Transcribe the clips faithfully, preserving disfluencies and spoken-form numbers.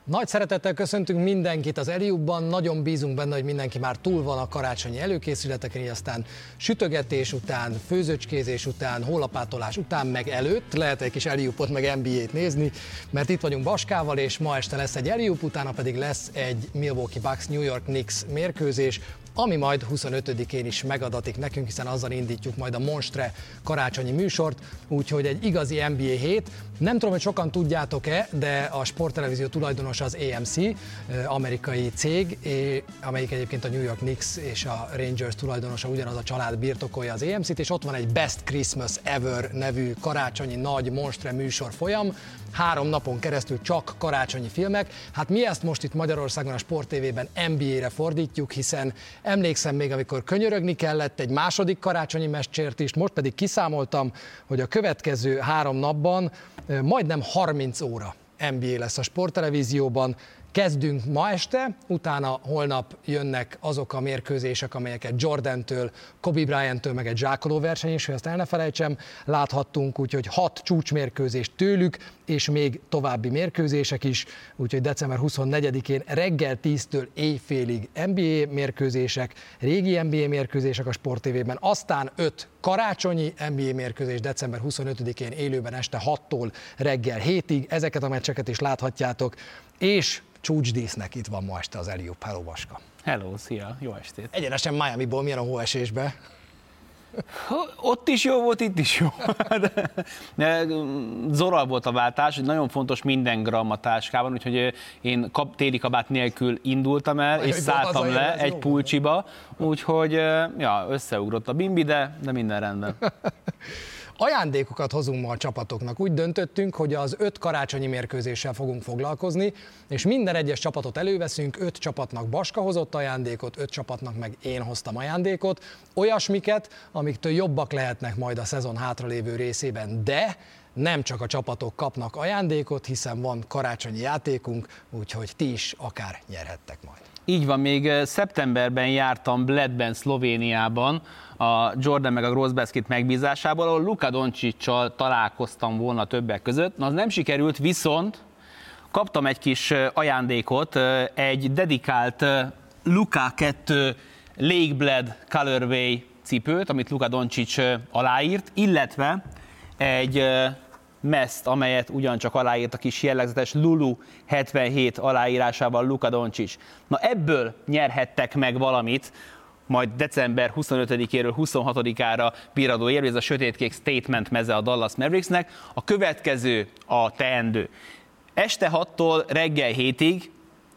Nagy szeretettel köszöntünk mindenkit az Eliubban, nagyon bízunk benne, hogy mindenki már túl van a karácsonyi előkészületeken, így aztán sütögetés után, főzőcskézés után, hollapátolás után, meg előtt lehet egy kis Eliubot meg en bé á-t nézni, mert itt vagyunk Baskával, és ma este lesz egy Eliub, utána pedig lesz egy Milwaukee Bucks New York Knicks mérkőzés, ami majd huszonötödikén is megadatik nekünk, hiszen azzal indítjuk majd a Monstre karácsonyi műsort, úgyhogy egy igazi en bé á hét. Nem tudom, hogy sokan tudjátok-e, de a sporttelevízió tulajdonos az á em cé, amerikai cég, amelyik egyébként a New York Knicks és a Rangers tulajdonosa, ugyanaz a család birtokolja az á em cét, és ott van egy Best Christmas Ever nevű karácsonyi nagy Monstre műsor folyam, három napon keresztül csak karácsonyi filmek. Hát mi ezt most itt Magyarországon a Sport té vében en bé á-re fordítjuk, hiszen emlékszem még, amikor könyörögni kellett egy második karácsonyi mescsért is, most pedig kiszámoltam, hogy a következő három napban majdnem harminc óra en bé á lesz a sporttelevízióban. Kezdünk ma este, utána holnap jönnek azok a mérkőzések, amelyeket Jordantől, Kobe Bryant-től, meg egy zsákoló verseny is, hogy ezt el ne felejtsem, láthattunk, úgyhogy hat csúcsmérkőzést tőlük, és még további mérkőzések is, úgyhogy december huszonnegyedikén reggel tíztől éjfélig en bé á mérkőzések, régi en bé á mérkőzések a Sport té vében, aztán öt karácsonyi en bé á mérkőzés december huszonötödikén élőben este hattól reggel hétig, ezeket a meccseket is láthatjátok, és csúcsdísznek itt van ma este az Eliub. Hello, Baska! Hello, szia, jó estét! Egyenesen Miamiból milyen a hóesésbe? Ott is jó volt, itt is jó. Zoral volt a váltás, nagyon fontos minden gram a táskában, úgyhogy én kap, téli kabát nélkül indultam el, és szálltam le egy pulcsiba, úgyhogy ja, összeugrott a bimbi, de, de minden rendben. Ajándékokat hozunk ma a csapatoknak. Úgy döntöttünk, hogy az öt karácsonyi mérkőzéssel fogunk foglalkozni, és minden egyes csapatot előveszünk, öt csapatnak Baska hozott ajándékot, öt csapatnak meg én hoztam ajándékot, olyasmiket, amiktől jobbak lehetnek majd a szezon hátralévő részében, de nem csak a csapatok kapnak ajándékot, hiszen van karácsonyi játékunk, úgyhogy ti is akár nyerhettek majd. Így van, még szeptemberben jártam Bledben, Szlovéniában, a Jordan meg a Grossbasket megbízásából, ahol Luka Doncsicsal találkoztam volna többek között. Na, az nem sikerült, viszont kaptam egy kis ajándékot, egy dedikált Luka kettő Lake Bled Colorway cipőt, amit Luka Doncsics aláírt, illetve egy meszt, amelyet ugyancsak aláírt a kis jellegzetes Lulu hetvenhét aláírásával Luka Doncic. Na, ebből nyerhettek meg valamit, majd december huszonötödikéről huszonhatodikára bíradó érő, ez a sötétkék statement meze a Dallas Mavericksnek. A következő a teendő. Este hattól reggel hétig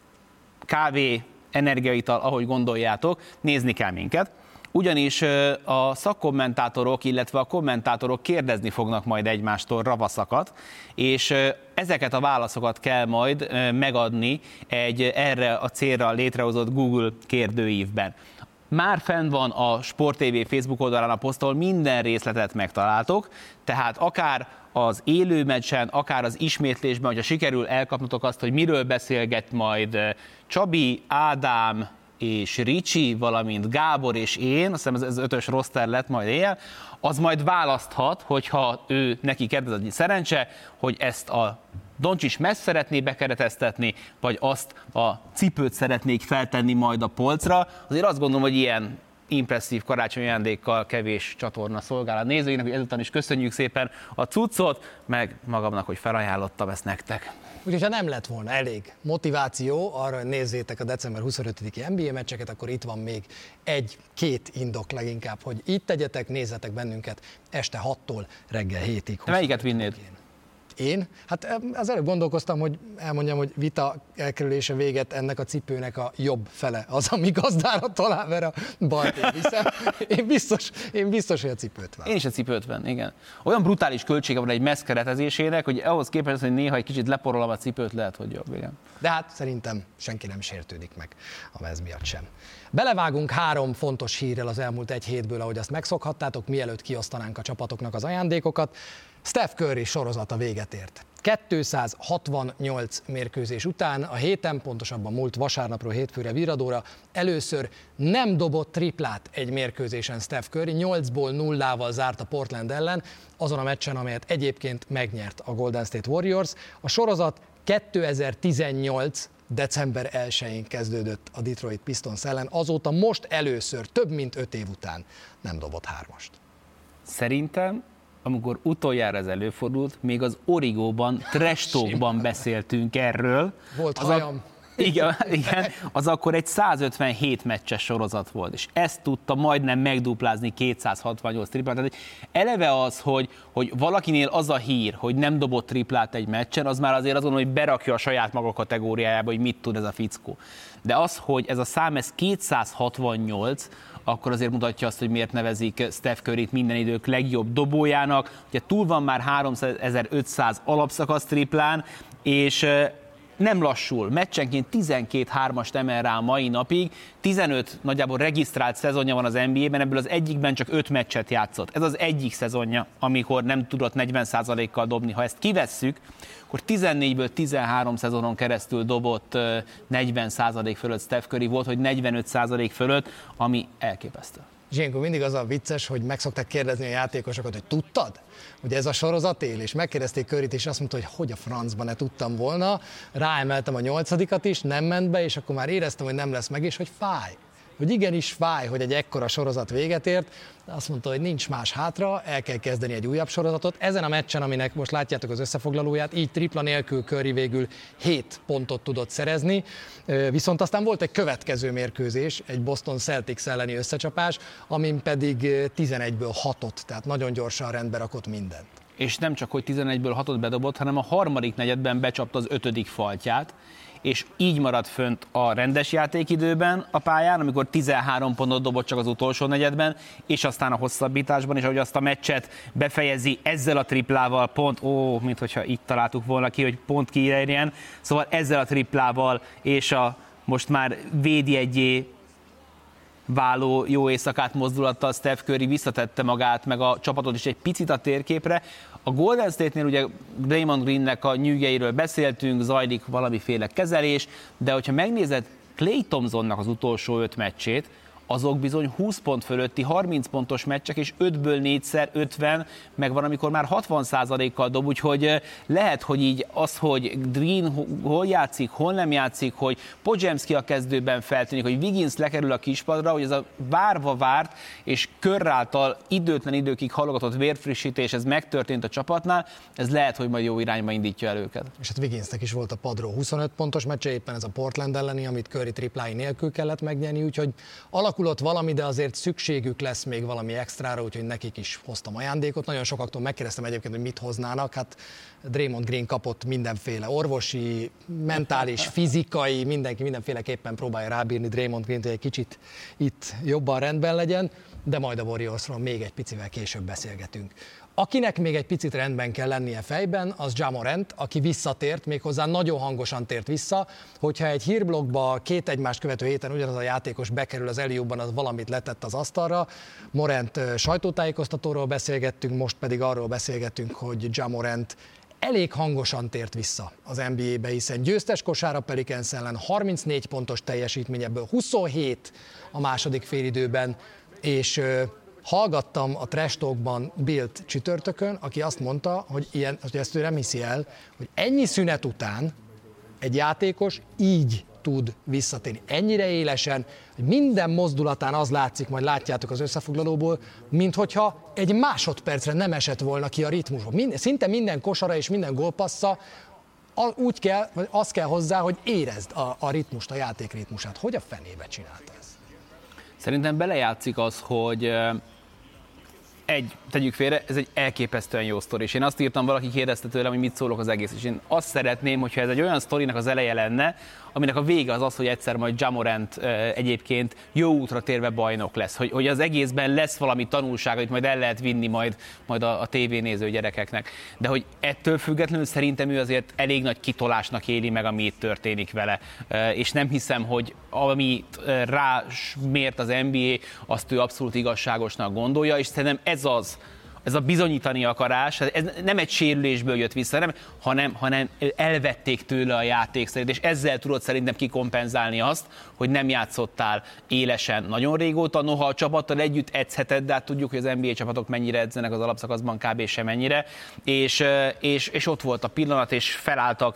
kávé, energiaital, ahogy gondoljátok, nézni kell minket. Ugyanis a szakkommentátorok, illetve a kommentátorok kérdezni fognak majd egymástól ravaszakat, és ezeket a válaszokat kell majd megadni egy erre a célra létrehozott Google kérdőívben. Már fenn van a Sport té vé Facebook oldalán a poszt, ahol minden részletet megtaláltok, tehát akár az élő meccsen, akár az ismétlésben, hogyha sikerül elkapnotok azt, hogy miről beszélget majd Csabi, Ádám és Ricsi, valamint Gábor és én, azt hiszem ez, ez ötös roster lett majd éjjel, az majd választhat, hogyha ő neki kedvez annyi szerencse, hogy ezt a Doncsics messz szeretné bekereteztetni, vagy azt a cipőt szeretnék feltenni majd a polcra. Azért azt gondolom, hogy ilyen impresszív karácsonyi ajándékkal kevés csatorna szolgál a nézőinek, hogy ezután is köszönjük szépen a cuccot, meg magamnak, hogy felajánlottam ezt nektek. Úgyhogy ha nem lett volna elég motiváció arra, hogy nézzétek a december huszonötödiki en bé á meccseket, akkor itt van még egy-két indok leginkább, hogy itt tegyetek, nézzetek bennünket este hattól reggel hétig. Melyiket vinnéd? Én? Hát az előbb gondolkoztam, hogy elmondjam, hogy vita elkerülése véget ennek a cipőnek a jobb fele az, ami gazdára talál, mert a balt én viszem. Én biztos, én biztos, hogy a cipőt van. Én is a cipőt van, igen. Olyan brutális költsége van egy messz keretezésének, hogy ahhoz képest, hogy néha egy kicsit leporolom a cipőt, lehet, hogy jobb, igen. De hát szerintem senki nem sértődik meg a mez miatt sem. Belevágunk három fontos hírrel az elmúlt egy hétből, ahogy azt megszokhattátok, mielőtt kiosztanánk a csapatoknak az ajándékokat. Steph Curry sorozata véget ért. kétszázhatvannyolc mérkőzés után a héten, pontosabban múlt vasárnapról hétfőre viradóra először nem dobott triplát egy mérkőzésen Steph Curry, nyolcból nullával zárt a Portland ellen, azon a meccsen, amelyet egyébként megnyert a Golden State Warriors. A sorozat kétezer-tizennyolc december elsején kezdődött a Detroit Pistons ellen, azóta most először, több mint öt év után nem dobott hármast. Szerintem, amikor utoljára ez előfordult, még az Origóban, Trash Talkban beszéltünk erről. Volt az hajam. A... Igen, igen, az akkor egy százötvenhét meccses sorozat volt, és ezt tudta majdnem megduplázni kétszázhatvannyolc triplát. Tehát eleve az, hogy, hogy valakinél az a hír, hogy nem dobott triplát egy meccsen, az már azért azt gondolom, hogy berakja a saját maga kategóriájába, hogy mit tud ez a fickó. De az, hogy ez a szám, ez kétszázhatvannyolc, akkor azért mutatja azt, hogy miért nevezik Steph Curryt minden idők legjobb dobójának. Ugye túl van már háromezer-ötszáz alapszakasz triplán, és nem lassul, meccsenként tizenkét hármast emel rá a mai napig, tizenöt nagyjából regisztrált szezonja van az en bé á-ben, ebből az egyikben csak öt meccset játszott. Ez az egyik szezonja, amikor nem tudott negyven százalékkal dobni. Ha ezt kivesszük, akkor tizennégyből tizenhárom szezonon keresztül dobott negyven százalék fölött Steph Curry, volt, hogy negyvenöt százalék fölött, ami elképesztő. És ilyenkor mindig az a vicces, hogy meg szokták kérdezni a játékosokat, hogy tudtad, hogy ez a sorozat él, és megkérdezték Curryt, és azt mondta, hogy hogy a francban ne tudtam volna, ráemeltem a nyolcadikat is, nem ment be, és akkor már éreztem, hogy nem lesz meg, és hogy fáj. Hogy igenis fáj, hogy egy ekkora sorozat véget ért, de azt mondta, hogy nincs más hátra, el kell kezdeni egy újabb sorozatot. Ezen a meccsen, aminek most látjátok az összefoglalóját, így tripla nélkül Curry végül hét pontot tudott szerezni, viszont aztán volt egy következő mérkőzés, egy Boston Celtics elleni összecsapás, amin pedig tizenegyből hatot, tehát nagyon gyorsan rendbe rakott mindent. És nem csak, hogy tizenegyből hatot bedobott, hanem a harmadik negyedben becsapta az ötödik faltját, és így maradt fönt a rendes játékidőben a pályán, amikor tizenhárom pontot dobott csak az utolsó negyedben, és aztán a hosszabbításban, és ahogy azt a meccset befejezi ezzel a triplával, pont, ó, mint hogyha itt találtuk volna ki, hogy pont kiérjen, szóval ezzel a triplával, és a most már védjegyé váló jó éjszakát mozdulattal Steph Curry visszatette magát, meg a csapatot is egy picit a térképre. A Golden State-nél ugye Draymond Greennek a nyűgeiről beszéltünk, zajlik valamiféle kezelés, de hogyha megnézed Klay Thompsonnak az utolsó öt meccsét, azok bizony húsz pont fölötti, harminc pontos meccsek, és ötből négyszer ötven, meg van, amikor már hatvan százalékkal dob, úgyhogy lehet, hogy így az, hogy Green hol játszik, hol nem játszik, hogy Podziemski a kezdőben feltűnik, hogy Wiggins lekerül a kispadra, hogy ez a várva várt, és Curry által időtlen időkig halogatott vérfrissítés, ez megtörtént a csapatnál, ez lehet, hogy majd jó irányba indítja el őket. És hát Wigginsnek is volt a padról huszonöt pontos meccse, éppen ez a Portland elleni, amit Curry triplái nélkül kellett megnyerni, úgyhogy alakulott valami, de azért szükségük lesz még valami extrára, úgyhogy nekik is hoztam ajándékot. Nagyon sokaktól megkérdeztem egyébként, hogy mit hoznának. Hát Draymond Green kapott mindenféle orvosi, mentális, fizikai, mindenki mindenféleképpen próbálja rábírni Draymond Greent, hogy egy kicsit itt jobban rendben legyen, de majd a Warriorsról még egy picivel később beszélgetünk. Akinek még egy picit rendben kell lennie fejben, az Ja Morant, aki visszatért, méghozzá nagyon hangosan tért vissza. Hogyha egy hírblokkba két egymást követő héten ugyanaz a játékos bekerül az alley-oopban, az valamit letett az asztalra. Morant sajtótájékoztatóról beszélgettünk, most pedig arról beszélgettünk, hogy Ja Morant elég hangosan tért vissza az en bé á-be, hiszen győztes kosár a Pelicans ellen, harmincnégy pontos teljesítmény, ebből huszonhét a második félidőben, és hallgattam a Trash Talkban Billt csütörtökön, aki azt mondta, hogy, ilyen, hogy ezt ő nem hiszi el, hogy ennyi szünet után egy játékos így tud visszatérni. Ennyire élesen, hogy minden mozdulatán az látszik, majd látjátok az összefoglalóból, mint hogyha egy másodpercre nem esett volna ki a ritmusból. Mind, szinte minden kosara és minden gólpassza úgy kell, vagy az kell hozzá, hogy érezd a, a ritmust, a játék ritmusát. Hogy a fenébe csinálta ezt? Szerintem belejátszik az, hogy egy, tegyük félre, ez egy elképesztően jó sztori, és én azt írtam, valaki kérdezte tőlem, hogy mit szólok az egész, és én azt szeretném, hogyha ez egy olyan sztorinak az eleje lenne, aminek a vége az az, hogy egyszer majd Ja Morant egyébként jó útra térve bajnok lesz, hogy, hogy az egészben lesz valami tanulság, amit majd el lehet vinni majd, majd a, a tévénéző gyerekeknek. De hogy ettől függetlenül szerintem ő azért elég nagy kitolásnak éli meg, ami itt történik vele. És nem hiszem, hogy amit rá mért az en bé á, azt ő abszolút igazságosnak gondolja, és szerintem ez az, ez a bizonyítani akarás, ez nem egy sérülésből jött vissza, nem, hanem, hanem elvették tőle a játékszerét, és ezzel tudod szerintem kikompenzálni azt, hogy nem játszottál élesen nagyon régóta, noha a csapattal együtt edzheted, de hát tudjuk, hogy az en bé á csapatok mennyire edzenek az alapszakaszban, kb. Sem mennyire, és, és, és ott volt a pillanat, és felálltak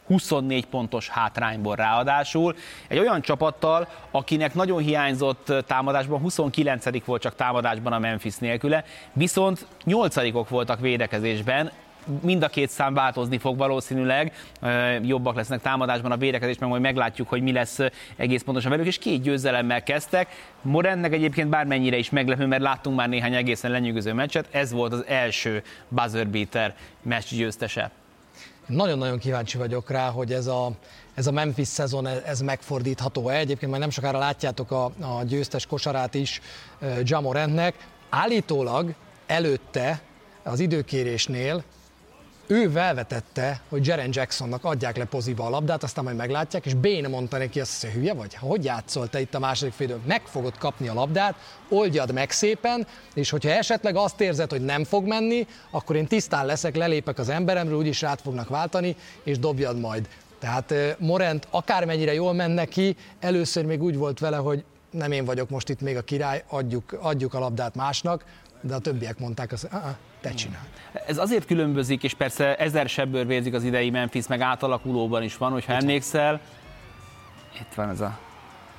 huszonnégy pontos hátrányból ráadásul. Egy olyan csapattal, akinek nagyon hiányzott támadásban, huszonkilencedik volt csak támadásban a Memphis nélküle, viszont nyolcadikok voltak védekezésben. Mind a két szám változni fog valószínűleg, jobbak lesznek támadásban, a védekezés, meg majd meglátjuk, hogy mi lesz egész pontosan velük, és két győzelemmel kezdtek. Morantnek egyébként bármennyire is meglepő, mert láttunk már néhány egészen lenyűgöző meccset, ez volt az első buzzer beater meccs győztese. Nagyon-nagyon kíváncsi vagyok rá, hogy ez a, ez a Memphis szezon, ez megfordítható-e. Egyébként majd nem sokára látjátok a, a győztes kosarát is Ja Morantnek. Állítólag előtte az időkérésnél ő felvetette, hogy Jaren Jacksonnak adják le poziba a labdát, aztán majd meglátják, és Bane mondta neki azt, hogy hülye vagy? Hogy játszol te itt a második félidőn? Meg fogod kapni a labdát, oldjad meg szépen, és hogyha esetleg azt érzed, hogy nem fog menni, akkor én tisztán leszek, lelépek az emberemről, úgyis rád fognak váltani, és dobjad majd. Tehát Morant akármennyire jól menne ki, először még úgy volt vele, hogy nem én vagyok most itt még a király, adjuk, adjuk a labdát másnak, de a többiek mondták azt, hogy te csinálj. Ez azért különbözik, és persze ezer sebből vérzik az idei Memphis, meg átalakulóban is van, hogyha itt emlékszel. Itt van ez a...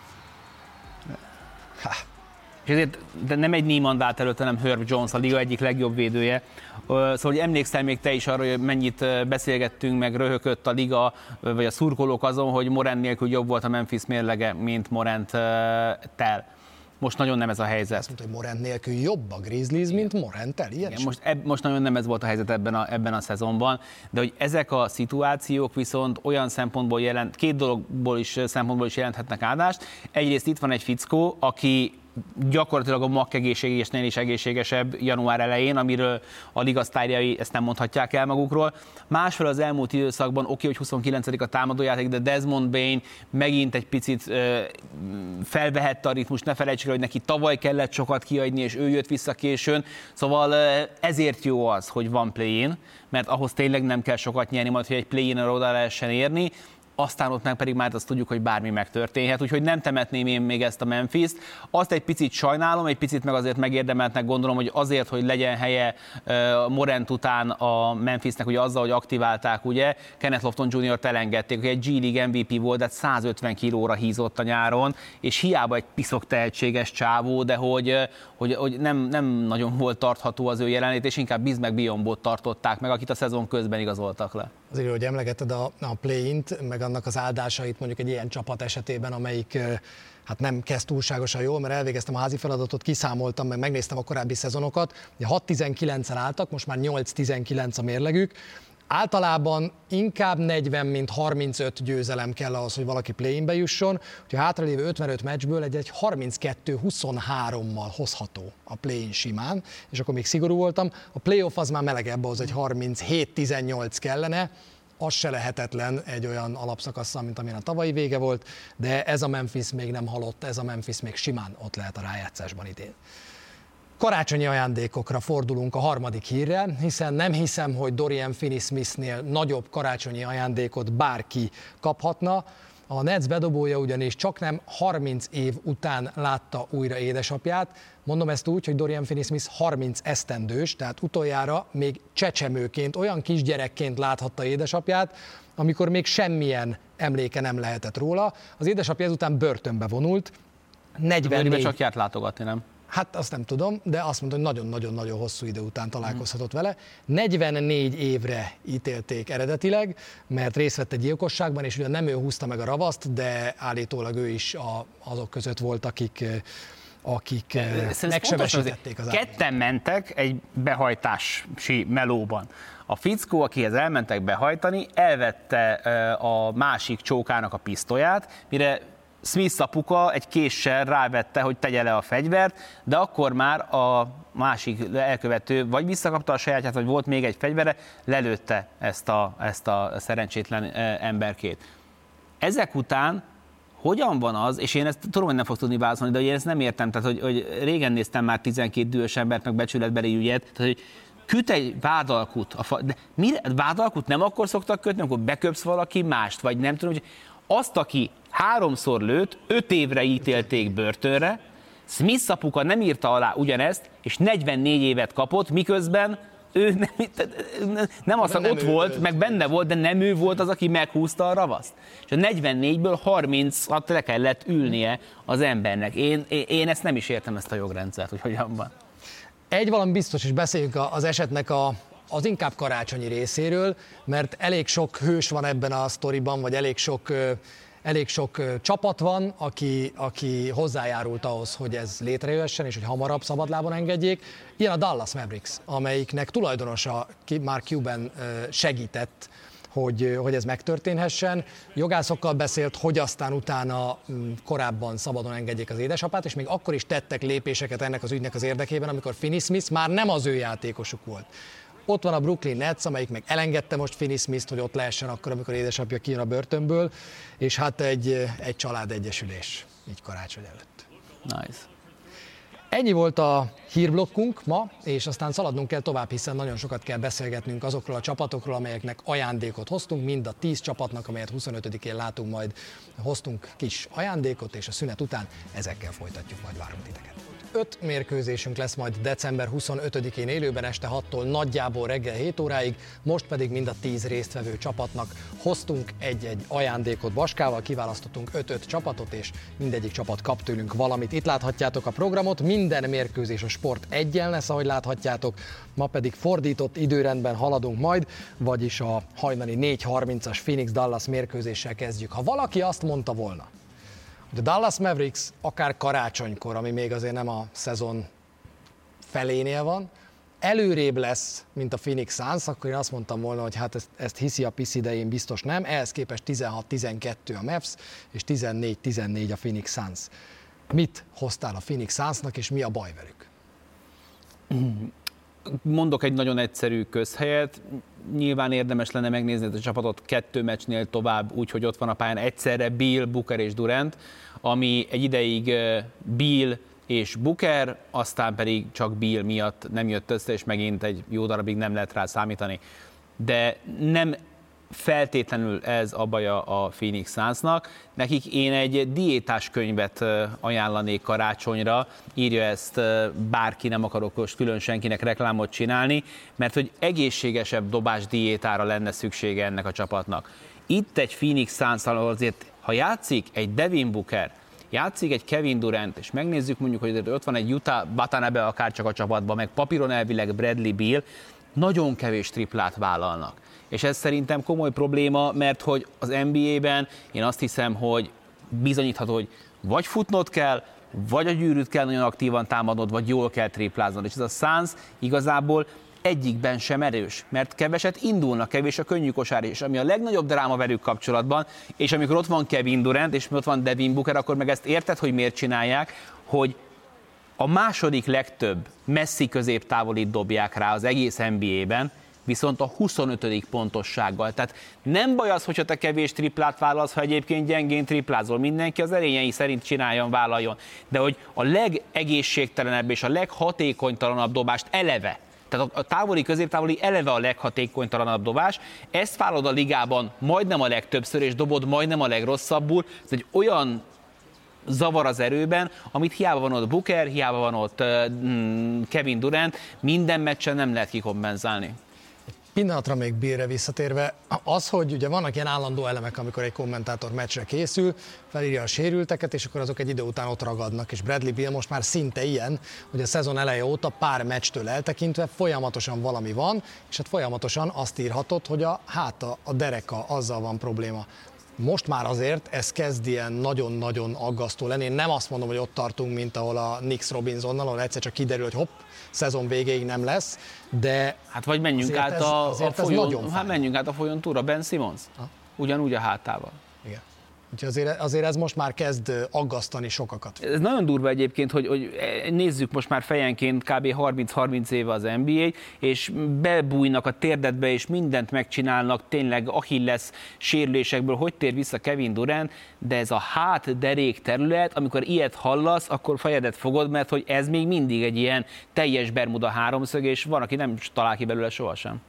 Ha. És ezért, de nem egy Niemand állt előtt, hanem Herb Jones, a liga egyik legjobb védője. Szóval, hogy emlékszel még te is arra, hogy mennyit beszélgettünk, meg röhögött a liga, vagy a szurkolók azon, hogy Morant nélkül jobb volt a Memphis mérlege, mint Morant-tel. Most nagyon nem ez a helyzet. Azt mondta, hogy Morant nélkül jobb a Grizzlies, mint Morant-tel. Ilyen Igen, most, eb, most nagyon nem ez volt a helyzet ebben a, ebben a szezonban, de hogy ezek a szituációk viszont olyan szempontból jelent, két dologból is szempontból is jelenthetnek áldást. Egyrészt itt van egy fickó, aki gyakorlatilag a makk egészségesnél is egészségesebb január elején, amiről a ligasztárjai ezt nem mondhatják el magukról. Másfél az elmúlt időszakban oké, okay, hogy huszonkilencedik a támadójáték, de Desmond Bane megint egy picit ö, felvehette a ritmust, ne felejtsük, hogy neki tavaly kellett sokat kiadni, és ő jött vissza későn. Szóval ezért jó az, hogy van play-in, mert ahhoz tényleg nem kell sokat nyerni, majd hogy egy play-in-re oda lehessen érni. Aztán ott meg pedig már azt tudjuk, hogy bármi megtörténhet, úgyhogy nem temetném én még ezt a Memphist. Azt egy picit sajnálom, egy picit meg azért megérdemeltnek gondolom, hogy azért, hogy legyen helye Morant után a Memphisnek, ugye azzal, hogy aktiválták, ugye, Kenneth Lofton juniort elengedték, hogy egy G-League em vé pé volt, de százötven kilóra hízott a nyáron, és hiába egy piszok tehetséges csávó, de hogy, hogy, hogy nem, nem nagyon volt tartható az ő jelenlét, és inkább Biz meg Biombot tartották meg, akit a szezon közben igazoltak le. Azért, hogy emlegetted a, a play-int, meg annak az áldásait mondjuk egy ilyen csapat esetében, amelyik hát nem kezd túlságosan jól, mert elvégeztem a házi feladatot, kiszámoltam, meg megnéztem a korábbi szezonokat, hat tizenkilencen álltak, most már nyolc tizenkilenc a mérlegük. Általában inkább negyven, mint harmincöt győzelem kell ahhoz, hogy valaki play-inbe jusson, hogy a hátralévő ötvenöt meccsből egy, egy harminckettő huszonhárommal hozható a play-in simán, és akkor még szigorú voltam. A playoff az már melegebb, ahhoz egy harminchét tizennyolc kellene, az se lehetetlen egy olyan alapszakasszal, mint amilyen a tavalyi vége volt, de ez a Memphis még nem halott, ez a Memphis még simán ott lehet a rájátszásban idén. Karácsonyi ajándékokra fordulunk a harmadik hírrel, hiszen nem hiszem, hogy Dorian Finney-Smithnél nagyobb karácsonyi ajándékot bárki kaphatna. A Nets bedobója ugyanis csaknem harminc év után látta újra édesapját. Mondom ezt úgy, hogy Dorian Finney-Smith harminc esztendős, tehát utoljára még csecsemőként, olyan kisgyerekként láthatta édesapját, amikor még semmilyen emléke nem lehetett róla. Az édesapja ezután börtönbe vonult. negyvennégy csak járt látogatni, nem? Hát azt nem tudom, de azt mondta, hogy nagyon-nagyon-nagyon hosszú idő után találkozhatott vele. negyvennégy évre ítélték eredetileg, mert részt vett egy gyilkosságban, és ugyan nem ő húzta meg a ravaszt, de állítólag ő is a, azok között volt, akik, akik megsebesítették az állat. Ketten mentek egy behajtási melóban. A fickó, akihez elmentek behajtani, elvette a másik csókának a pisztolyát, mire Smith apuka egy késsel rávette, hogy tegye le a fegyvert, de akkor már a másik elkövető vagy visszakapta a sajátját, vagy volt még egy fegyvere, lelőtte ezt a, ezt a szerencsétlen emberkét. Ezek után hogyan van az, és én ezt tudom, hogy nem fog tudni válaszolni, de én ezt nem értem, tehát hogy, hogy régen néztem már tizenkét dühös embert, meg becsületbeli ügyet, tehát hogy küt egy vádalkut, a fa, de mire, vádalkut nem akkor szoktak kötni, amikor beköpsz valaki mást, vagy nem tudom, hogy azt, aki háromszor lőtt, öt évre ítélték börtönre, Smith apuka nem írta alá ugyanezt, és negyvennégy évet kapott, miközben ő nem, nem az, hogy ott volt, ő, meg benne volt, de nem ő volt az, aki meghúzta a ravaszt. És a negyvennégyből harminchat le kellett ülnie az embernek. Én, én ezt nem is értem, ezt a jogrendszert, hogy hogyan van. Egy valami biztos, és beszéljünk az esetnek a, az inkább karácsonyi részéről, mert elég sok hős van ebben a sztoriban, vagy elég sok, elég sok csapat van, aki, aki hozzájárult ahhoz, hogy ez létrejöhessen, és hogy hamarabb szabadlábon engedjék. Ilyen a Dallas Mavericks, amelyiknek tulajdonosa Mark Cuban segített, hogy, hogy ez megtörténhessen. Jogászokkal beszélt, hogy aztán utána korábban szabadon engedjék az édesapát, és még akkor is tettek lépéseket ennek az ügynek az érdekében, amikor Finney Smith már nem az ő játékosuk volt. Ott van a Brooklyn Nets, amelyik meg elengedte most Finney Smith-t, hogy ott lehessen akkor, amikor édesapja kijön a börtönből, és hát egy, egy családegyesülés így karácsony előtt. Nice. Ennyi volt a hírblokkunk ma, és aztán szaladnunk kell tovább, hiszen nagyon sokat kell beszélgetnünk azokról a csapatokról, amelyeknek ajándékot hoztunk, mind a tíz csapatnak, amelyet huszonötödikén látunk majd, hoztunk kis ajándékot, és a szünet után ezekkel folytatjuk, majd várunk titeket. Öt mérkőzésünk lesz majd december huszonötödikén élőben este hattól nagyjából reggel hét óráig, most pedig mind a tíz résztvevő csapatnak hoztunk egy-egy ajándékot Baskával, kiválasztottunk öt-öt csapatot, és mindegyik csapat kap tőlünk valamit. Itt láthatjátok a programot, minden mérkőzés a Sport egyen lesz, ahogy láthatjátok, ma pedig fordított időrendben haladunk majd, vagyis a hajnali négy harmincas Phoenix-Dallas mérkőzéssel kezdjük. Ha valaki azt mondta volna, de Dallas Mavericks akár karácsonykor, ami még azért nem a szezon felénél van, előrébb lesz, mint a Phoenix Suns, akkor én azt mondtam volna, hogy hát ezt, ezt hiszi a piszi, de én biztos nem. Ehhez képest tizenhat tizenkettő a Mavs, és tizennégy tizennégy a Phoenix Suns. Mit hoztál a Phoenix Sunsnak, és mi a baj velük? Mondok egy nagyon egyszerű közhelyet. Nyilván érdemes lenne megnézni a csapatot kettő meccsnél tovább, úgyhogy ott van a pályán egyszerre Beal, Booker és Durant, ami egy ideig Beal és Booker, aztán pedig csak Beal miatt nem jött össze, és megint egy jó darabig nem lehet rá számítani. De nem feltétlenül ez a baja a Phoenix Sunsnak. Nekik én egy diétás könyvet ajánlanék karácsonyra, írja ezt bárki, nem akarok most külön senkinek reklámot csinálni, mert hogy egészségesebb dobás diétára lenne szüksége ennek a csapatnak. Itt egy Phoenix Suns, azért, ha játszik egy Devin Booker, játszik egy Kevin Durant, és megnézzük mondjuk, hogy ott van egy Utah Watanabe akár csak a csapatban, meg papíron elvileg Bradley Beal, nagyon kevés triplát vállalnak. És ez szerintem komoly probléma, mert hogy az en bé á-ben én azt hiszem, hogy bizonyítható, hogy vagy futnod kell, vagy a gyűrűt kell nagyon aktívan támadnod, vagy jól kell tripláznod. És ez a Suns igazából egyikben sem erős, mert keveset indulnak, kevés a könnyű kosár, és ami a legnagyobb dráma velük kapcsolatban, és amikor ott van Kevin Durant, és ott van Devin Booker, akkor meg ezt érted, hogy miért csinálják, hogy a második legtöbb messzi középtávolit dobják rá az egész en bé á-ben, viszont a huszonötödik pontossággal. Tehát nem baj az, hogyha te kevés triplát vállalsz, ha egyébként gyengén triplázol. Mindenki az erényei szerint csináljon, vállaljon. De hogy a legegészségtelenebb és a leghatékonytalanabb dobást eleve, tehát a távoli, középtávoli eleve a leghatékonytalanabb dobás, ezt vállalod a ligában majdnem a legtöbbször, és dobod majdnem a legrosszabbul. Ez egy olyan zavar az erőben, amit hiába van ott Booker, hiába van ott uh, Kevin Durant, minden meccsen nem lehet kikompenzálni. Pillanatra még Billre visszatérve, az, hogy ugye vannak ilyen állandó elemek, amikor egy kommentátor meccsre készül, felírja a sérülteket, és akkor azok egy idő után ott ragadnak, és Bradley Beal most már szinte ilyen, hogy a szezon eleje óta pár meccstől eltekintve folyamatosan valami van, és hát folyamatosan azt írhatod, hogy a háta, a dereka, azzal van probléma. Most már azért ez kezd ilyen nagyon-nagyon aggasztó lenni. Én nem azt mondom, hogy ott tartunk, mint ahol a Knicks Robinsonnal, ahol egyszer csak kiderül, hogy hopp, szezon végéig nem lesz, de hát vagy menjünk át ez, a, a folyón, hát menjünk át a folyón túra, Ben Simmons, ha? Ugyanúgy a hátával. Igen. Úgyhogy azért, azért ez most már kezd aggasztani sokakat. Ez nagyon durva egyébként, hogy, hogy nézzük most már fejenként kb. harminc-harminc éve az en bé á, és bebújnak a térdetbe, és mindent megcsinálnak, tényleg Achilles sérülésekből, hogy tér vissza Kevin Durant, de ez a hátderék terület, amikor ilyet hallasz, akkor fejedet fogod, mert hogy ez még mindig egy ilyen teljes Bermuda háromszög, és van, aki nem talál ki belőle sohasem.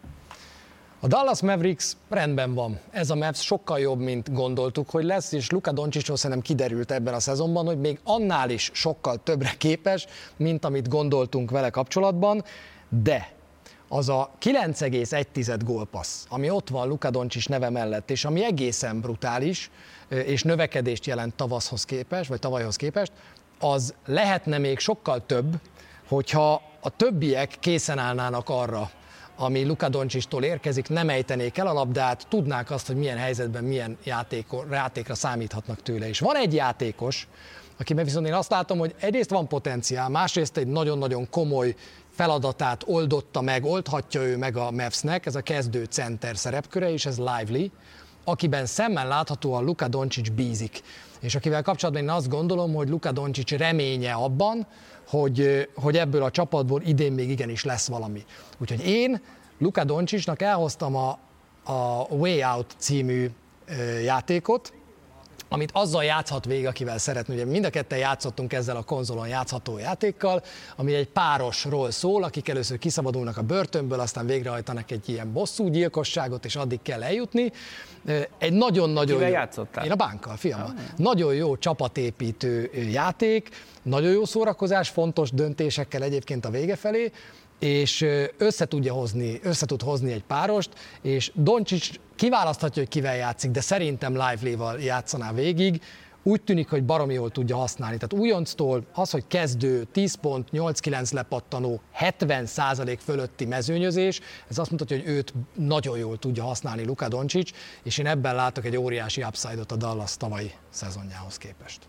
A Dallas Mavericks rendben van. Ez a Mavs sokkal jobb, mint gondoltuk, hogy lesz, és Luka Doncicról szerintem kiderült ebben a szezonban, hogy még annál is sokkal többre képes, mint amit gondoltunk vele kapcsolatban, de az a kilenc egész egy gólpassz, ami ott van Luka Doncic neve mellett, és ami egészen brutális, és növekedést jelent tavaszhoz képest, vagy tavalyhoz képest, az lehetne még sokkal több, hogyha a többiek készen állnának arra, ami Luka Doncictól érkezik, nem ejtenék el a labdát, tudnák azt, hogy milyen helyzetben, milyen játéko, játékra számíthatnak tőle. És van egy játékos, akiben viszont én azt látom, hogy egyrészt van potenciál, másrészt egy nagyon-nagyon komoly feladatát oldotta meg, oldhatja ő meg a Mavsnek, ez a kezdő center szerepköre, és ez Lively, akiben szemmel láthatóan Luka Doncic bízik. És akivel kapcsolatban én azt gondolom, hogy Luka Doncic reménye abban, hogy, hogy ebből a csapatból idén még igenis lesz valami. Úgyhogy én Luka Doncicnak elhoztam a, a Way Out című játékot, amit azzal játszhat végig, akivel szeretne. Ugye mind a ketten játszottunk ezzel a konzolon játszható játékkal, ami egy párosról szól, akik először kiszabadulnak a börtönből, aztán végrehajtanak egy ilyen bosszúgyilkosságot, és addig kell eljutni. Egy nagyon-nagyon... Kivel jó... játszottál? Én a Bánkkal, fiam. Ah. Nagyon jó csapatépítő játék, nagyon jó szórakozás, fontos döntésekkel egyébként a vége felé, és össze tudja hozni, össze tud hozni egy párost, és Doncic kiválaszthatja, hogy kivel játszik, de szerintem Lively-val játszaná végig. Úgy tűnik, hogy baromi jól tudja használni. Tehát újonctól az, hogy kezdő, tíz pont, nyolc kilenc lepattanó, hetven százalék fölötti mezőnyözés, ez azt mutatja, hogy őt nagyon jól tudja használni Luka Doncic, és én ebben látok egy óriási upside-ot a Dallas tavalyi szezonjához képest.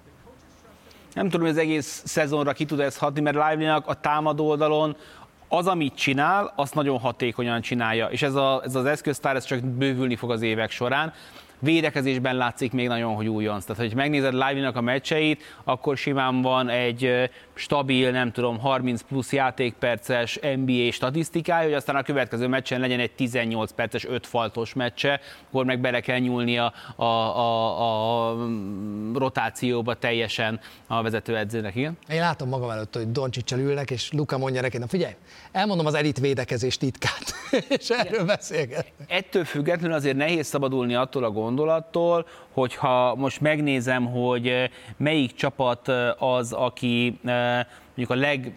Nem tudom, hogy az egész szezonra ki tud ez hatni, mert Lively-nak a támadó oldalon az, amit csinál, azt nagyon hatékonyan csinálja, és ez, a, ez az eszköztár ez csak bővülni fog az évek során. Védekezésben látszik még nagyon, hogy újonc. Tehát, hogy megnézed Lively-nak a meccseit, akkor simán van egy stabil, nem tudom, harminc plusz játékperces en bé á statisztikája, hogy aztán a következő meccsen legyen egy tizennyolc perces, öt faltos meccse, akkor meg bele kell nyúlnia a, a, a rotációba teljesen a vezetőedzőnek, igen? Én látom magam előtt, hogy Donciccal ülnek, és Luka mondja neki, na figyelj, elmondom az elit védekezés titkát, és erről beszélgetnek. Ettől függetlenül azért nehéz szabadulni attól a gondolattól, hogyha most megnézem, hogy melyik csapat az, aki mondjuk a leg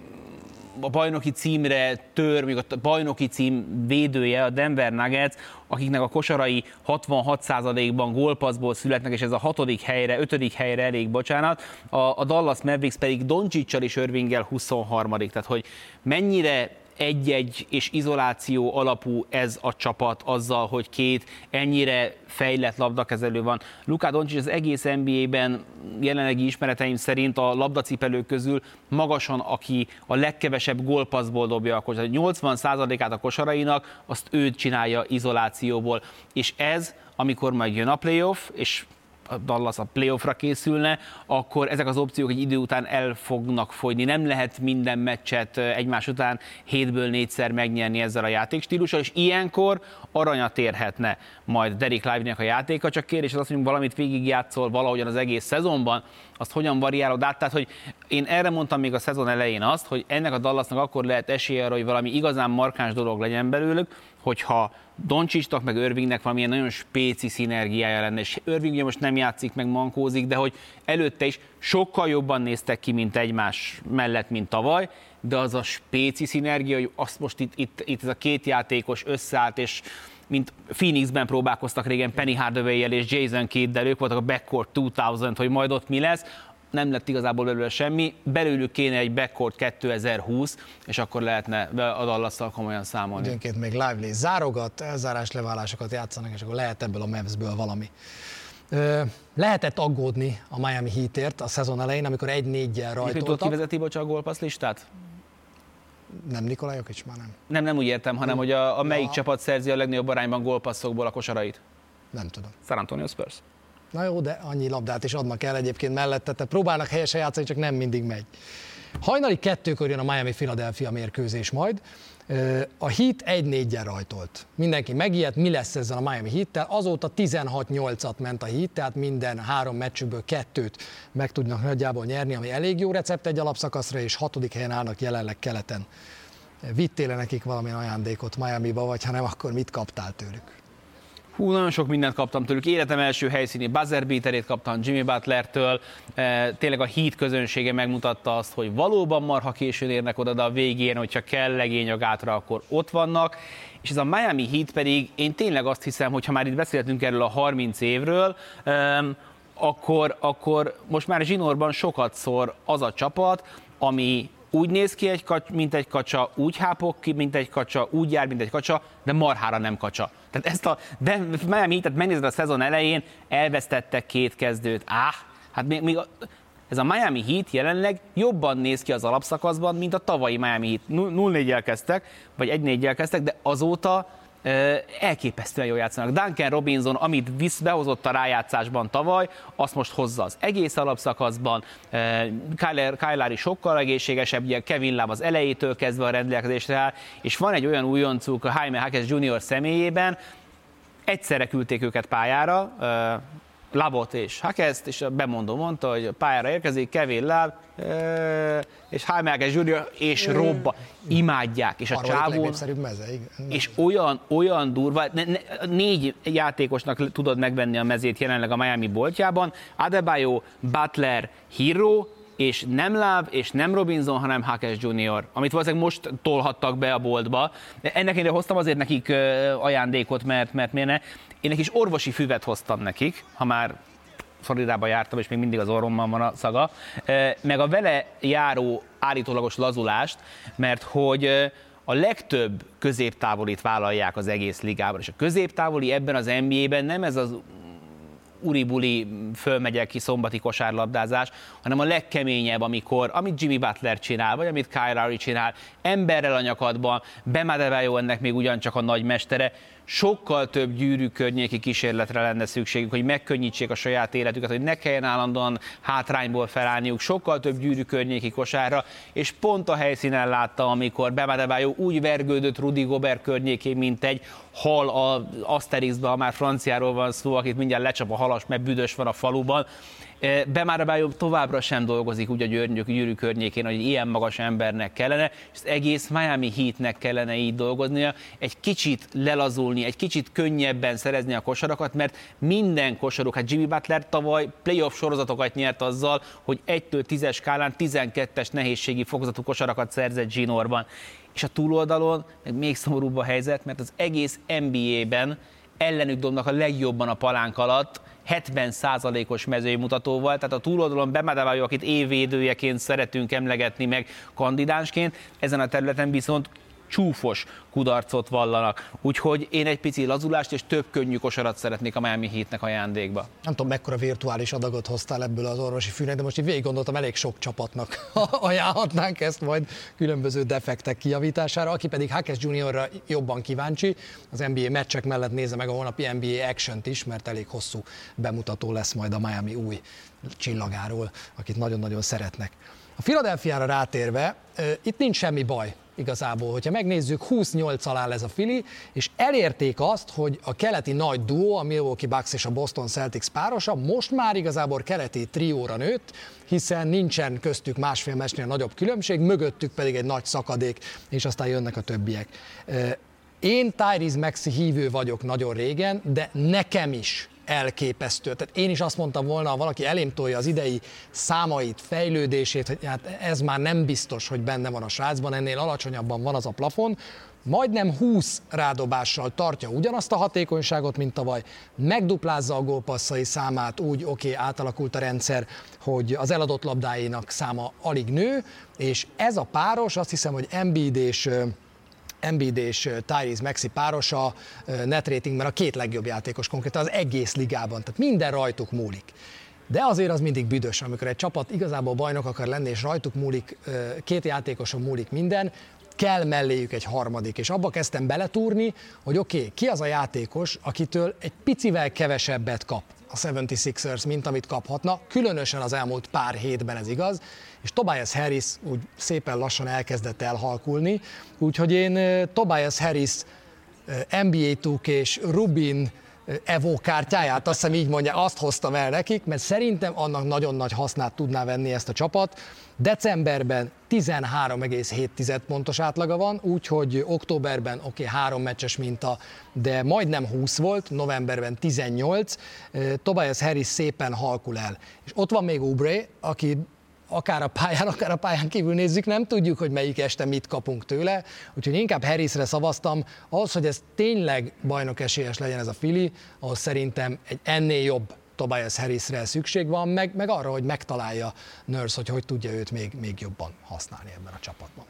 a bajnoki címre tör, mondjuk a bajnoki cím védője, a Denver Nuggets, akiknek a kosarai hatvanhat százalékban gólpasszból születnek, és ez a hatodik helyre, ötödik helyre elég, bocsánat, a, a Dallas Mavericks pedig Donciccal és Irvinggel huszonharmadik Tehát, hogy mennyire egy-egy és izoláció alapú ez a csapat azzal, hogy két ennyire fejlett labdakezelő van. Luka Doncic az egész en bé á-ben jelenlegi ismereteim szerint a labdacipelők közül magasan, aki a legkevesebb gólpasszból dobja a kosarát. nyolcvan százalékát a kosarainak, azt ő csinálja izolációból. És ez, amikor majd jön a playoff, és a Dallas a playoffra készülne, akkor ezek az opciók egy idő után el fognak fogyni. Nem lehet minden meccset egymás után hétből négyszer megnyerni ezzel a játékstílussal, és ilyenkor aranyat érhetne majd Dereck Lively-nek a játéka, csak kérdés az azt, hogy valamit végigjátszol valahogyan az egész szezonban, azt hogyan variálod át. Tehát, hogy én erre mondtam még a szezon elején azt, hogy ennek a Dallasnak akkor lehet esélye arra, hogy valami igazán markáns dolog legyen belőlük, hogyha Doncicnak meg Irvingnek valamilyen nagyon spéci szinergiája lenne, és Irving ugye most nem játszik, meg mankózik, de hogy előtte is sokkal jobban néztek ki, mint egymás mellett, mint tavaly, de az a spéci szinergia, hogy azt most itt, itt, itt ez a két játékos összeállt, és mint Phoenixben próbálkoztak régen Penny Hardaway-jel és Jason Kidd-del, ők voltak a backcourt kétezer, hogy majd ott mi lesz, nem lett igazából belőle semmi, belőlük kéne egy backcourt kétezer-húsz, és akkor lehetne a Dallasszal komolyan számolni. Időnként még Lively zárogat, elzárás leválásokat játszanak, és akkor lehet ebből a Mavsből valami. Lehetett aggódni a Miami Heatért a szezon elején, amikor egy néggyel rajtoltak. Tudod, ki vezeti, bocs, a gólpassz listát? Nem Nikola Jokic, már nem. Nem, nem úgy értem, hanem hogy a, a melyik ja. csapat szerzi a legnagyobb arányban gólpasszokból a kosarait? Nem tudom. San Antonio Spurs. Na jó, de annyi labdát is adnak el egyébként mellette, tehát próbálnak helyesen játszani, csak nem mindig megy. Hajnali kettőkor jön a Miami-Philadelphia mérkőzés majd. A Heat egy néggyel rajtolt. Mindenki megijedt, mi lesz ezzel a Miami Heattel. Azóta tizenhat nyolcat ment a Heat, tehát minden három meccsükből kettőt meg tudnak nagyjából nyerni, ami elég jó recept egy alapszakaszra, és hatodik helyen állnak jelenleg keleten. Vittél nekik valamilyen ajándékot Miamiba, vagy ha nem, akkor mit kaptál tőlük? Hú, nagyon sok mindent kaptam tőlük. Életem első helyszíni buzzer beaterét kaptam Jimmy Butlertől. E, tényleg a Heat közönsége megmutatta azt, hogy valóban marha későn érnek oda, de a végén, hogyha kell legény a gátra, akkor ott vannak. És ez a Miami Heat pedig, én tényleg azt hiszem, hogy ha már itt beszélhetünk erről a harminc évről, um, akkor, akkor most már zsinórban sokat szor az a csapat, ami úgy néz ki, egy kacs, mint egy kacsa, úgy hápog ki, mint egy kacsa, úgy jár, mint egy kacsa, de marhára nem kacsa. Tehát ezt a de Miami Heat, megnézed a szezon elején, elvesztettek két kezdőt. Áh, hát még, még a, ez a Miami Heat jelenleg jobban néz ki az alapszakaszban, mint a tavalyi Miami Heat. nulla négyel kezdtek, vagy egy négyel kezdtek, de azóta elképesztően jól játszanak. Duncan Robinson, amit visz behozott a rájátszásban tavaly, azt most hozza az egész alapszakaszban. Kyle, Kyle Lowry sokkal egészségesebb, ugye Kevin Love az elejétől kezdve a rendelkezésre áll, és van egy olyan újoncuk a Jaime Jaquez junior személyében, egyszerre küldték őket pályára, Lavot és Jaquezt, és a bemondó mondta, hogy pályára érkezik Kevin Love és Jaime Jaquez junior és robba. Imádják. És a csávón, és olyan, olyan durva, ne, ne, négy játékosnak tudod megvenni a mezét jelenleg a Miami boltjában, Adebayo, Butler, Hero, és nem Love, és nem Robinson, hanem Jaquez junior, amit valószínűleg most tolhattak be a boltba. Ennek én hoztam azért nekik ajándékot, mert, mert miért ne? Én nekik is orvosi füvet hoztam nekik, ha már Floridába jártam, és még mindig az orromban van a szaga, meg a vele járó állítólagos lazulást, mert hogy a legtöbb középtávolit vállalják az egész ligában, és a középtávoli ebben az en bé á-ben nem ez az uribuli fölmegyek ki szombati kosárlabdázás, hanem a legkeményebb, amikor, amit Jimmy Butler csinál, vagy amit Kyle Lowry csinál, emberrel a nyakadban, Bam Adebayo ennek még ugyancsak a nagymestere, sokkal több gyűrű környéki kísérletre lenne szükségük, hogy megkönnyítsék a saját életüket, hogy ne kelljen állandóan hátrányból felállniuk, sokkal több gyűrű környéki kosárra, és pont a helyszínen látta, amikor Bam Adebayo úgy vergődött Rudy Gobert környékén, mint egy hal az Asterixben, ha már franciáról van szó, akit mindjárt lecsap a halas, mert büdös van a faluban. Bam Adebayo továbbra sem dolgozik úgy a gyűrű környékén, hogy ilyen magas embernek kellene, és az egész Miami Heatnek kellene így dolgoznia, egy kicsit lelazulni, egy kicsit könnyebben szerezni a kosarakat, mert minden kosaruk, hát Jimmy Butler tavaly playoff sorozatokat nyert azzal, hogy egytől tízes skálán tizenkettes nehézségi fokozatú kosarakat szerzett zsinórban. És a túloldalon meg még szomorúbb a helyzet, mert az egész en bé á-ben ellenük dobnak a legjobban a palánk alatt, hetven százalékos mezői mutatóval, tehát a túloldalon Bam Adebayo, akit évvédőjeként szeretünk emlegetni meg kandidánsként, ezen a területen viszont csúfos kudarcot vallanak. Úgyhogy én egy pici lazulást és több könnyű kosarat szeretnék a Miami Heatnek ajándékba. Nem tudom, mekkora virtuális adagot hoztál ebből az orvosi fűnek, de most így végig gondoltam, elég sok csapatnak ajánlhatnánk ezt majd különböző defektek kijavítására, aki pedig Jaquez juniorra jobban kíváncsi, az en bé á meccsek mellett nézze meg a holnapi en bé á Action-t is, mert elég hosszú bemutató lesz majd a Miami új csillagáról, akit nagyon-nagyon szeretnek. A Philadelphiára rátérve, itt nincs semmi baj. Igazából, hogyha megnézzük, huszonnyolc alá ez a Philly, és elérték azt, hogy a keleti nagy duó, a Milwaukee Bucks és a Boston Celtics párosa most már igazából keleti trióra nőtt, hiszen nincsen köztük másfél meccsnél nagyobb különbség, mögöttük pedig egy nagy szakadék, és aztán jönnek a többiek. Én Tyrese Maxey hívő vagyok nagyon régen, de nekem is elképesztő. Tehát én is azt mondtam volna, ha valaki elém tolja az idei számait, fejlődését, hogy hát ez már nem biztos, hogy benne van a srácban, ennél alacsonyabban van az a plafon, majdnem húsz rádobással tartja ugyanazt a hatékonyságot, mint tavaly, megduplázza a gólpasszai számát, úgy oké, okay, átalakult a rendszer, hogy az eladott labdáinak száma alig nő, és ez a páros, azt hiszem, hogy Embiid és Embiid és Tyrese Maxey párosa net ratingben a két legjobb játékos konkrétan az egész ligában, tehát minden rajtuk múlik. De azért az mindig büdös, amikor egy csapat igazából bajnok akar lenni, és rajtuk múlik, két játékoson múlik minden, kell melléjük egy harmadik, és abba kezdtem beletúrni, hogy oké, okay, ki az a játékos, akitől egy picivel kevesebbet kap a hetvenhatos, mint amit kaphatna, különösen az elmúlt pár hétben ez igaz, és Tobias Harris úgy szépen lassan elkezdett elhalkulni, úgyhogy én Tobias Harris, en bé á two K és Rubin Evo kártyáját, azt hiszem így mondja, azt hoztam el nekik, mert szerintem annak nagyon nagy hasznát tudná venni ezt a csapat. Decemberben tizenhárom egész hét pontos átlaga van, úgyhogy októberben oké, okay, három meccses minta, de majdnem húsz volt, novemberben tizennyolc, Tobias Harris szépen halkul el. És ott van még Oubre, aki akár a pályán, akár a pályán kívül nézzük, nem tudjuk, hogy melyik este mit kapunk tőle, úgyhogy inkább Harrisre szavaztam. Ahhoz, hogy ez tényleg bajnok esélyes legyen ez a Philly, ahhoz szerintem egy ennél jobb Tobias Harrisre szükség van, meg, meg arra, hogy megtalálja Nurse, hogy hogy tudja őt még, még jobban használni ebben a csapatban.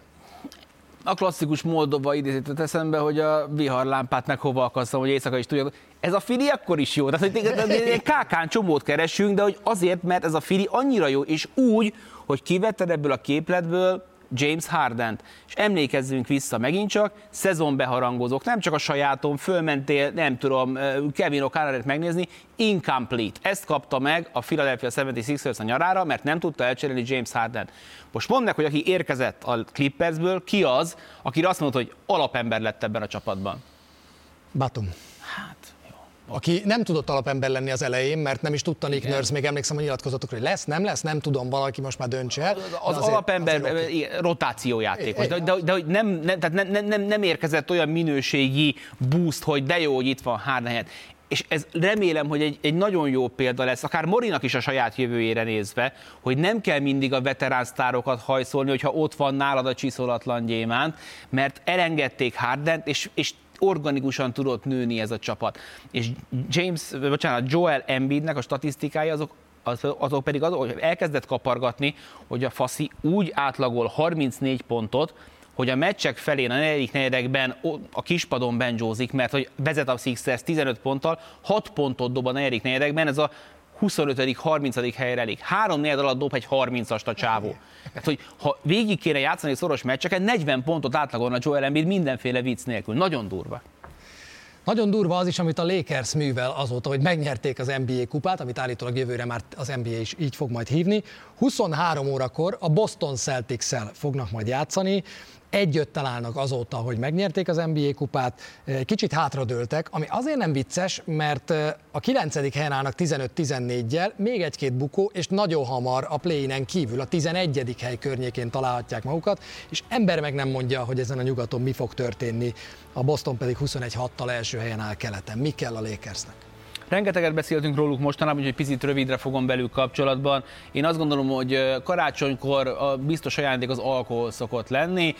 A klasszikus Moldova idézetet eszembe, hogy a viharlámpát meg hova akasztom, hogy éjszaka is tudja. Ez a Philly akkor is jó, tehát hogy kákán csomót keresünk, de hogy azért, mert ez a Philly annyira jó, és úgy, hogy kivetted ebből a képletből James Hardent. És emlékezzünk vissza megint csak, szezonbeharangozók, nem csak a sajátom, fölmentél, nem tudom, Kevin O'Connor-et megnézni, incomplete. Ezt kapta meg a Philadelphia hetvenhatos a nyarára, mert nem tudta elcserélni James Hardent. Most mondd meg, hogy aki érkezett a Clippersből, ki az, akire azt mondta, hogy alapember lett ebben a csapatban? Batum. Hát, jó. Aki nem tudott alapember lenni az elején, mert nem is tudta Nick Nurse, még emlékszem a nyilatkozatokra, hogy lesz, nem lesz, nem tudom, valaki most már döntse el. Az azért, alapember azért okay. Rotációjátékos, de, de, de, de nem, nem, tehát nem, nem, nem érkezett olyan minőségi boost, hogy de jó, hogy itt van Harden. És ez remélem, hogy egy, egy nagyon jó példa lesz, akár Morinak is a saját jövőjére nézve, hogy nem kell mindig a veterán sztárokat hajszolni, hogyha ott van nálad a csiszolatlan gyémánt, mert elengedték Hardent, és, és organikusan tudott nőni ez a csapat. És James, bocsánat, Joel Embiidnek a statisztikái azok, azok pedig azok, hogy elkezdett kapargatni, hogy a faszi úgy átlagol harmincnégy pontot, hogy a meccsek felén a negyedik negyedekben a kispadon benjózik, mert hogy vezet a Sixers tizenöt ponttal, hat pontot dob a negyedik negyedekben, ez a huszonötödik harmincadik helyre elég. Három negyed alatt dob egy harmincast a csávó. Tehát, hogy ha végig kéne játszani szoros meccseken, negyven pontot átlagolna Joel Embiid mindenféle vicc nélkül. Nagyon durva. Nagyon durva az is, amit a Lakers művel azóta, hogy megnyerték az en bé á kupát, amit állítólag jövőre már az en bé á is így fog majd hívni. huszonhárom órakor a Boston Celtics-szel fognak majd játszani. Együtt találnak azóta, hogy megnyerték az en bé á kupát, kicsit hátradőltek, ami azért nem vicces, mert a kilencedik helyen állnak tizenöt tizennégyel, még egy-két bukó, és nagyon hamar a play-inen kívül a tizenegyedik hely környékén találhatják magukat, és ember meg nem mondja, hogy ezen a nyugaton mi fog történni, a Boston pedig huszonegy hattal első helyen áll keleten. Mi kell a Lakersnek? Rengeteget beszéltünk róluk mostanában, úgyhogy picit rövidre fogom velük kapcsolatban. Én azt gondolom, hogy karácsonykor a biztos ajándék az alkohol szokott lenni,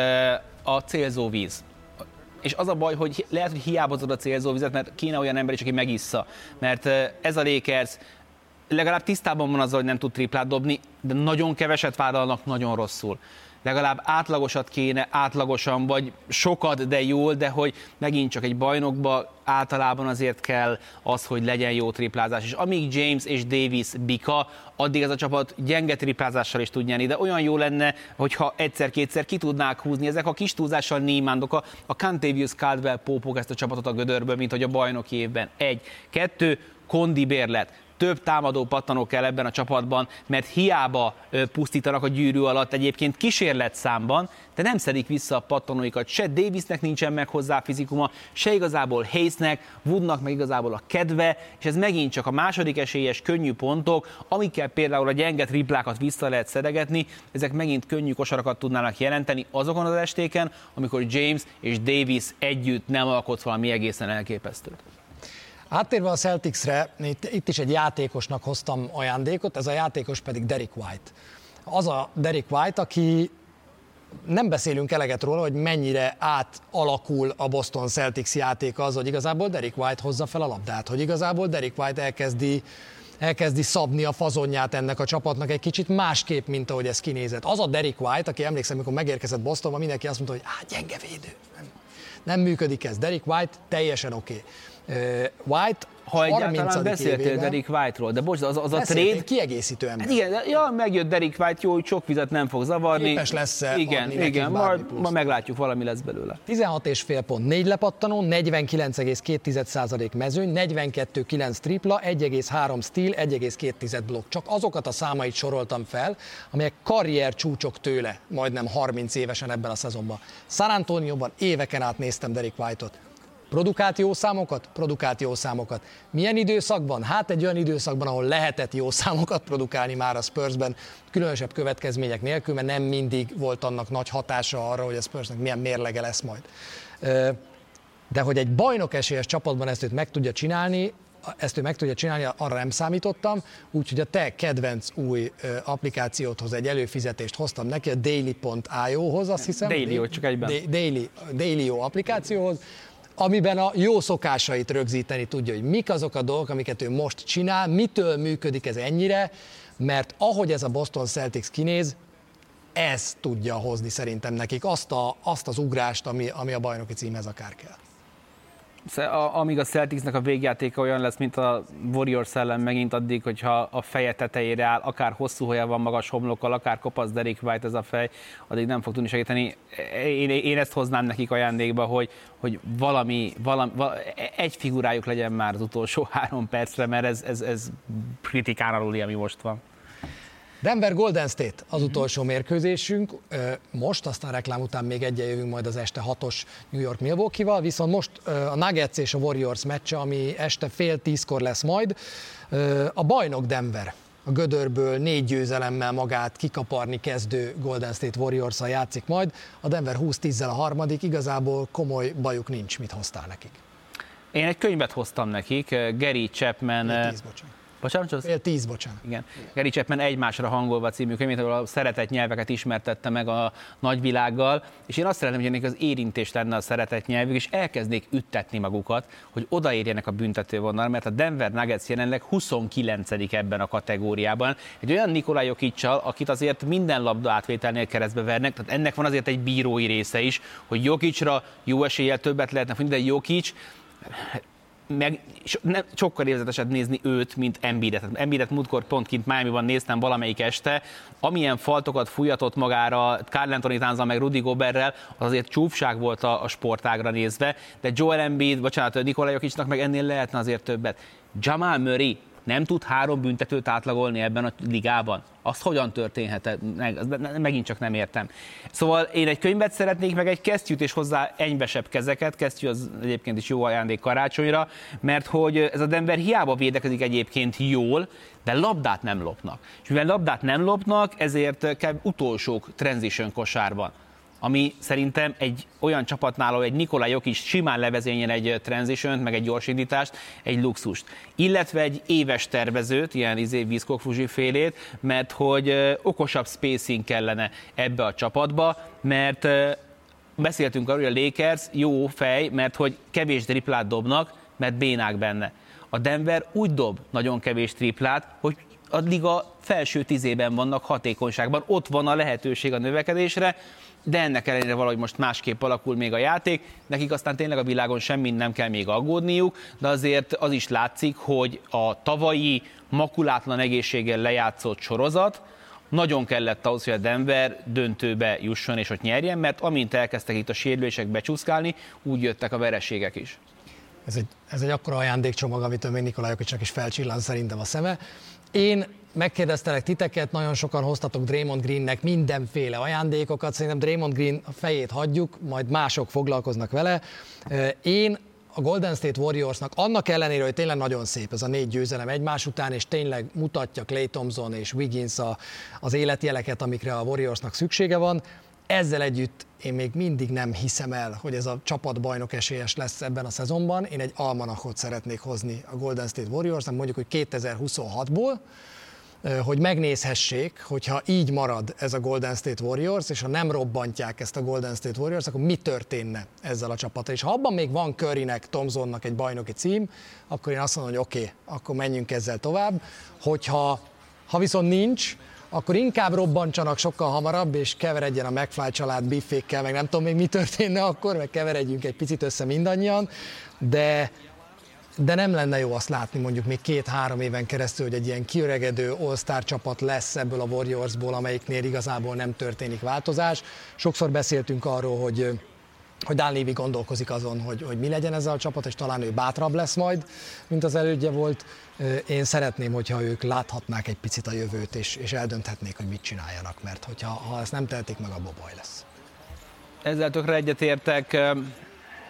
a célzóvíz. És az a baj, hogy lehet, hogy hiányozod a célzóvizet, mert kéne olyan ember is, aki megissza. Mert ez a Lakers legalább tisztában van azzal, hogy nem tud triplát dobni, de nagyon keveset vállalnak, nagyon rosszul. Legalább átlagosat kéne, átlagosan, vagy sokat, de jól, de hogy megint csak egy bajnokba általában azért kell az, hogy legyen jó triplázás. És amíg James és Davis bika, addig ez a csapat gyenge triplázással is tud nyerni, de olyan jó lenne, hogyha egyszer-kétszer ki tudnák húzni ezek a kis túlzással Niemandok, a, a Kentavious Caldwell Pope-ok ezt a csapatot a gödörből, mint hogy a bajnoki évben. Egy. Kettő, kondi bérlet. Több támadó pattanó kell ebben a csapatban, mert hiába pusztítanak a gyűrű alatt egyébként kísérletszámban, de nem szedik vissza a pattanóikat. Se Davisnek nincsen meg hozzá fizikuma, se igazából Hayesnek, Woodnak meg igazából a kedve, és ez megint csak a második esélyes könnyű pontok, amikkel például a gyenge triplákat vissza lehet szedegetni, ezek megint könnyű kosarakat tudnának jelenteni azokon az estéken, amikor James és Davis együtt nem alkot valami egészen elképesztőt. Áttérve a Celticsre, itt, itt is egy játékosnak hoztam ajándékot, ez a játékos pedig Derrick White. Az a Derrick White, aki nem beszélünk eleget róla, hogy mennyire átalakul a Boston Celtics játéka az, hogy igazából Derrick White hozza fel a labdát, hogy igazából Derrick White elkezdi, elkezdi szabni a fazonját ennek a csapatnak egy kicsit másképp, mint ahogy ez kinézett. Az a Derrick White, aki emlékszem, amikor megérkezett Bostonba, mindenki azt mondta, hogy á, gyenge védő, nem, nem működik ez. Derrick White teljesen oké. Okay. White ha egyáltalán beszéltél Derrick White-ról, de bocs, az, az a trade... kiegészítő ember. Hát igen, ja, megjött Derrick White, jó, hogy sok vizet nem fog zavarni. Képes lesz-e igen, adni igen, majd, majd meglátjuk, valami lesz belőle. tizenhat egész öt pont, négy lepattanó, negyvenkilenc egész két százalék mezőny, negyvenkettő egész kilenc tripla, egy egész három steal, egy egész két blokk. Csak azokat a számait soroltam fel, amelyek karrier csúcsok tőle, majdnem harminc évesen ebben a szezonban. San Antonióban éveken át néztem Derrick White-ot. Produkált jó számokat? Produkált jó számokat. Milyen időszakban? Hát egy olyan időszakban, ahol lehetett jó számokat produkálni már a Spursben, különösebb következmények nélkül, mert nem mindig volt annak nagy hatása arra, hogy a Spursnek milyen mérlege lesz majd. De hogy egy bajnok esélyes csapatban ezt őt meg tudja csinálni, ezt ő meg tudja csinálni, arra nem számítottam, úgyhogy a te kedvenc új applikációdhoz egy előfizetést hoztam neki, a daily pont i o-hoz, azt hiszem. Daily, csak egyben. Daily, Dailyo applikációhoz, amiben a jó szokásait rögzíteni tudja, hogy mik azok a dolgok, amiket ő most csinál, mitől működik ez ennyire, mert ahogy ez a Boston Celtics kinéz, ez tudja hozni szerintem nekik azt, a, azt az ugrást, ami, ami a bajnoki címhez akár kell. Amíg a Celticsnek a végjátéka olyan lesz, mint a Warriors ellen megint addig, hogyha a feje tetejére áll, akár hosszú haja van magas homlokkal, akár kopasz Derrick White ez a fej, addig nem fog tudni segíteni. Én, én ezt hoznám nekik ajándékba, hogy, hogy valami, valami, valami, egy figurájuk legyen már az utolsó három percre, mert ez, ez, ez kritikán aluli, ami most van. Denver Golden State az utolsó mérkőzésünk, most, aztán reklám után még egyen jövünk majd az este hatos New York Milwaukee-val, viszont most a Nuggets és a Warriors meccse, ami este fél tízkor lesz majd. A bajnok Denver, a gödörből négy győzelemmel magát kikaparni kezdő Golden State Warriors-al játszik majd, a Denver húsz tízzel a harmadik, igazából komoly bajuk nincs, mit hoztál nekik? Én egy könyvet hoztam nekik, Gary Chapman... tíz, bocsánat. Bocsánat? Fél tíz, bocsánat. Igen. Gary Chapman Egymásra hangolva című könyvét, ahol a szeretett nyelveket ismertette meg a nagyvilággal, és én azt szeretném, hogy ennek az érintés lenne a szeretett nyelvük, és elkezdnék üttetni magukat, hogy odaérjenek a büntetővonalra, mert a Denver Nuggets jelenleg huszonkilencedik ebben a kategóriában. Egy olyan Nikola Jokic-sal, akit azért minden labda átvételnél keresztbe vernek, tehát ennek van azért egy bírói része is, hogy Jokicra jó eséllyel többet lehetne fogni, de Jokic meg nem, sokkal érzetesebb nézni őt, mint Embiidet. Embiidet múltkor pont kint Miamiban néztem valamelyik este, amilyen faltokat fújatott magára Karl Anthony Townsa meg Rudy Goberrel, az azért csúfság volt a, a sportágra nézve, de Joel Embiid, bocsánat, Nikola Jokicnak meg ennél lehetne azért többet. Jamal Murray nem tud három büntetőt átlagolni ebben a ligában. Azt hogyan történhet? Megint csak nem értem. Szóval én egy könyvet szeretnék, meg egy kesztyűt, és hozzá enyvesebb kezeket. Kesztyű az egyébként is jó ajándék karácsonyra, mert hogy ez a Denver hiába védekezik egyébként jól, de labdát nem lopnak. És mivel labdát nem lopnak, ezért kell utolsók transition kosárban, ami szerintem egy olyan csapatnál, ahol egy Nikola Jokic simán levezényel egy transition-t, meg egy gyorsindítást, egy luxust. Illetve egy éves tervezőt, ilyen izé vízkokfuzsi félét, mert hogy okosabb spacing kellene ebbe a csapatba, mert beszéltünk arról, hogy a Lakers jó fej, mert hogy kevés triplát dobnak, mert bénák benne. A Denver úgy dob nagyon kevés triplát, hogy a liga felső tízében vannak hatékonyságban, ott van a lehetőség a növekedésre, de ennek ellenére valahogy most másképp alakul még a játék, nekik aztán tényleg a világon semmit nem kell még aggódniuk, de azért az is látszik, hogy a tavalyi makulátlan egészséggel lejátszott sorozat nagyon kellett ahhoz, hogy a Denver döntőbe jusson és ott nyerjen, mert amint elkezdtek itt a sérülések becsúszkálni, úgy jöttek a vereségek is. Ez egy, ez egy akkora ajándékcsomag, amitől még Nikola Jokicnak is felcsillan szerintem a szeme. Én megkérdeztelek titeket, nagyon sokan hoztatok Draymond Greennek mindenféle ajándékokat, szerintem Draymond Green a fejét hagyjuk, majd mások foglalkoznak vele. Én a Golden State Warriorsnak annak ellenére, hogy tényleg nagyon szép ez a négy győzelem egymás után, és tényleg mutatja Klay Thompson és Wiggins a, az életjeleket, amikre a Warriorsnak szüksége van, ezzel együtt én még mindig nem hiszem el, hogy ez a csapat bajnok esélyes lesz ebben a szezonban. Én egy almanachot szeretnék hozni a Golden State Warriorsnak, mondjuk, hogy kétezer-huszonhatból, hogy megnézhessék, hogyha így marad ez a Golden State Warriors, és ha nem robbantják ezt a Golden State Warriors, akkor mi történne ezzel a csapattal. És ha abban még van Currynek, Thompsonnak egy bajnoki cím, akkor én azt mondom, hogy oké, okay, akkor menjünk ezzel tovább. Hogyha ha viszont nincs, akkor inkább robbantsanak sokkal hamarabb, és keveredjen a McFly család biffékkel, meg nem tudom még mi történne akkor, meg keveredjünk egy picit össze mindannyian, de, de nem lenne jó azt látni mondjuk még két-három éven keresztül, hogy egy ilyen kiöregedő all-star csapat lesz ebből a Warriorsból, amelyiknél igazából nem történik változás. Sokszor beszéltünk arról, hogy hogy Dan Levy gondolkozik azon, hogy, hogy mi legyen ezzel a csapat, és talán ő bátrabb lesz majd, mint az elődje volt. Én szeretném, hogyha ők láthatnák egy picit a jövőt, és, és eldönthetnék, hogy mit csináljanak, mert hogyha, ha ezt nem tehetik meg, abból baj lesz. Ezzel tökre egyetértek.